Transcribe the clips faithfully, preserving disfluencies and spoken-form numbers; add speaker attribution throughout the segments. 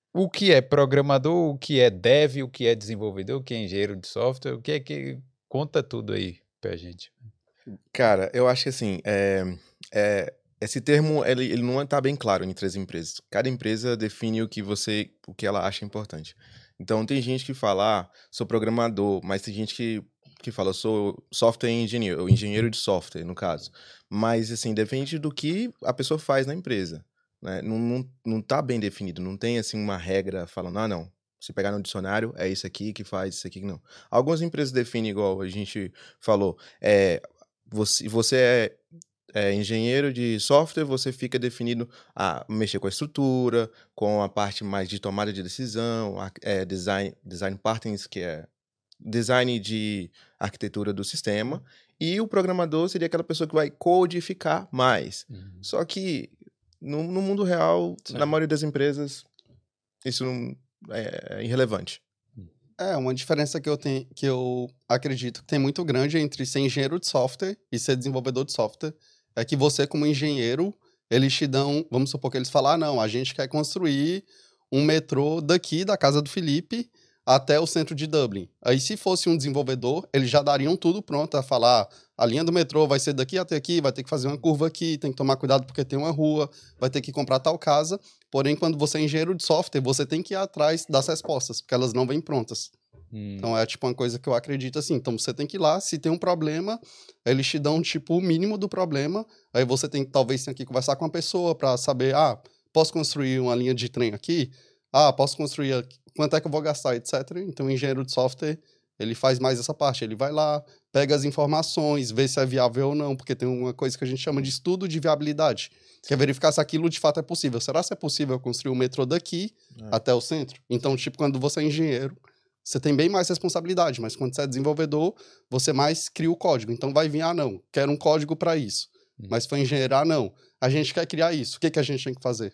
Speaker 1: o que é programador, o que é dev, o que é desenvolvedor, o que é engenheiro de software, o que é que... Conta tudo aí pra gente.
Speaker 2: Cara, eu acho que assim, é, é, esse termo, ele, ele não está bem claro entre as empresas. Cada empresa define o que você, o que ela acha importante. Então, tem gente que fala, ah, sou programador, mas tem gente que, que fala, sou software engineer, ou engenheiro de software, no caso. Mas, assim, depende do que a pessoa faz na empresa, né? Não, não, não tá bem definido, não tem, assim, uma regra falando, ah, não, se pegar no dicionário, é isso aqui que faz, isso aqui que não. Algumas empresas definem, igual a gente falou, é, você, você é, é engenheiro de software, você fica definido a mexer com a estrutura, com a parte mais de tomada de decisão, a- é, design, design patterns, que é design de arquitetura do sistema, e o programador seria aquela pessoa que vai codificar mais.
Speaker 1: Uhum.
Speaker 2: Só que no, no mundo real,
Speaker 3: Sim.
Speaker 2: na maioria das empresas, isso não é, é irrelevante.
Speaker 4: É, uma diferença que eu, tenho, que eu acredito que tem muito grande entre ser engenheiro de software e ser desenvolvedor de software é que você, como engenheiro, eles te dão, vamos supor que eles falam, ah, não, a gente quer construir um metrô daqui da casa do Felipe até o centro de Dublin. Aí, se fosse um desenvolvedor, eles já dariam tudo pronto a falar, a linha do metrô vai ser daqui até aqui, vai ter que fazer uma curva aqui, tem que tomar cuidado porque tem uma rua, vai ter que comprar tal casa. Porém, quando você é engenheiro de software, você tem que ir atrás das respostas, porque elas não vêm prontas.
Speaker 1: Hum.
Speaker 4: Então, é tipo uma coisa que eu acredito assim. Então, você tem que ir lá, se tem um problema, eles te dão, tipo, o mínimo do problema. Aí você tem que, talvez, tem que conversar com a pessoa para saber, ah, posso construir uma linha de trem aqui? Ah, posso construir aqui? Quanto é que eu vou gastar, etcétera. Então, o engenheiro de software, ele faz mais essa parte. Ele vai lá, pega as informações, vê se é viável ou não, porque tem uma coisa que a gente chama de estudo de viabilidade, que é verificar se aquilo de fato é possível. Será que é possível construir um metrô daqui
Speaker 2: É.
Speaker 4: até o centro? Então, tipo, quando você é engenheiro, você tem bem mais responsabilidade, mas quando você é desenvolvedor, você mais cria o código. Então vai vir, ah, não, quero um código para isso.
Speaker 1: Hum.
Speaker 4: Mas foi engenheiro, ah, não, a gente quer criar isso. O que, que a gente tem que fazer?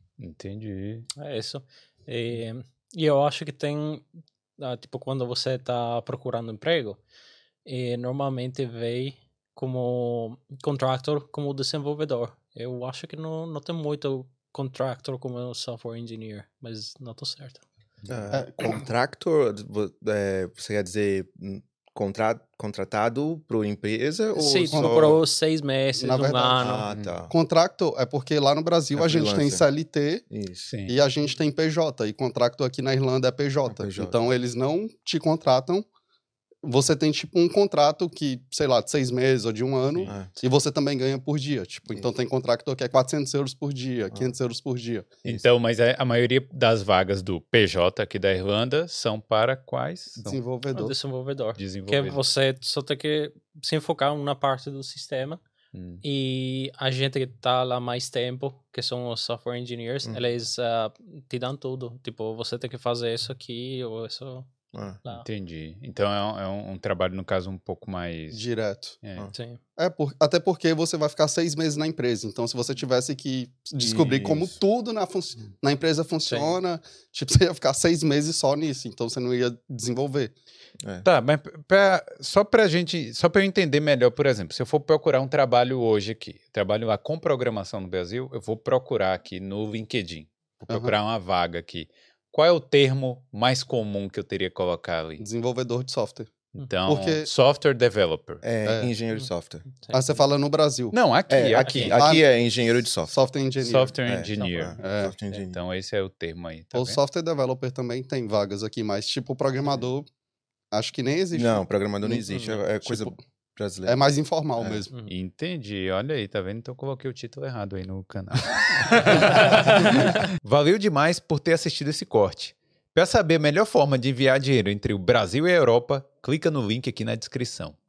Speaker 1: Entendi.
Speaker 3: É isso. E, e eu acho que tem, ah, tipo, quando você está procurando emprego, e normalmente vem como contractor, como desenvolvedor. Eu acho que não, não tem muito contractor como software engineer, mas não tô certo.
Speaker 2: É, contractor, vo- é, você quer dizer hum, contra, contratado por empresa ou
Speaker 3: Sim,
Speaker 2: só...
Speaker 3: por seis meses,
Speaker 4: Na
Speaker 3: um
Speaker 4: verdade,
Speaker 3: ano.
Speaker 2: Ah, tá.
Speaker 4: Contractor é porque lá no Brasil
Speaker 2: É
Speaker 4: a gente tem
Speaker 2: freelancer.
Speaker 4: C L T
Speaker 2: Isso.
Speaker 1: Sim.
Speaker 4: e a gente tem P J. E contractor aqui na Irlanda é P J.
Speaker 2: É P J.
Speaker 4: Então eles não te contratam. Você tem, tipo, um contrato que, sei lá, de seis meses ou de um ano,
Speaker 1: Sim.
Speaker 2: Ah,
Speaker 4: e você também ganha por dia. Tipo, então
Speaker 2: Isso.
Speaker 4: tem contractor que é quatrocentos euros por dia,
Speaker 2: Ah.
Speaker 4: quinhentos euros por dia.
Speaker 1: Então, mas a, a maioria das vagas do P J aqui da Irlanda são para quais? São
Speaker 3: O
Speaker 4: Desenvolvedor.
Speaker 3: desenvolvedor. Que
Speaker 1: desenvolvedores.
Speaker 3: você só tem que se enfocar na parte do sistema.
Speaker 1: Hum.
Speaker 3: E a gente que tá lá mais tempo, que são os software engineers,
Speaker 2: Hum.
Speaker 3: eles ah, te dão tudo. Tipo, você tem que fazer isso aqui ou isso
Speaker 2: Ah,
Speaker 3: lá.
Speaker 1: Entendi. Então é, um, é um- um trabalho, no caso, um pouco mais...
Speaker 4: Direto.
Speaker 1: É.
Speaker 2: Ah.
Speaker 3: Sim.
Speaker 4: É, por, até porque você vai ficar seis meses na empresa. Então, se você tivesse que descobrir como
Speaker 2: Isso.
Speaker 4: tudo na, fun- na empresa funciona, tipo, você ia ficar seis meses só nisso. Então, você não ia desenvolver.
Speaker 2: é.
Speaker 1: Tá, mas pra, só pra gente, só pra eu entender melhor, por exemplo, se eu for procurar um trabalho hoje aqui, trabalho lá com programação no Brasil, eu vou procurar aqui no LinkedIn, vou procurar uma vaga aqui. Qual é o termo mais comum que eu teria que colocar ali?
Speaker 4: Desenvolvedor de software.
Speaker 1: Então,
Speaker 4: Porque-
Speaker 1: software developer.
Speaker 2: É,
Speaker 4: É.
Speaker 2: engenheiro de software.
Speaker 3: Sim.
Speaker 4: Ah, você fala no Brasil.
Speaker 1: Não, aqui,
Speaker 2: É,
Speaker 1: aqui.
Speaker 2: aqui,
Speaker 4: Ah,
Speaker 2: aqui é engenheiro de software.
Speaker 4: Software engineer.
Speaker 1: Software
Speaker 2: É,
Speaker 1: engineer.
Speaker 2: É,
Speaker 4: É.
Speaker 2: software engineer.
Speaker 1: Então, esse é o termo aí, tá
Speaker 4: Ou
Speaker 1: vendo?
Speaker 4: software developer também tem vagas aqui, mas tipo, programador, acho que nem existe.
Speaker 2: Não, programador não
Speaker 4: Hum,
Speaker 2: existe.
Speaker 3: hum,
Speaker 2: É, é coisa
Speaker 4: tipo,
Speaker 2: brasileira.
Speaker 4: É mais informal
Speaker 2: É.
Speaker 4: mesmo.
Speaker 3: Uhum.
Speaker 1: Entendi, olha aí, tá vendo? Então eu coloquei o título errado aí no canal. Valeu demais por ter assistido esse corte. Para saber a melhor forma de enviar dinheiro entre o Brasil e a Europa, clica no link aqui na descrição.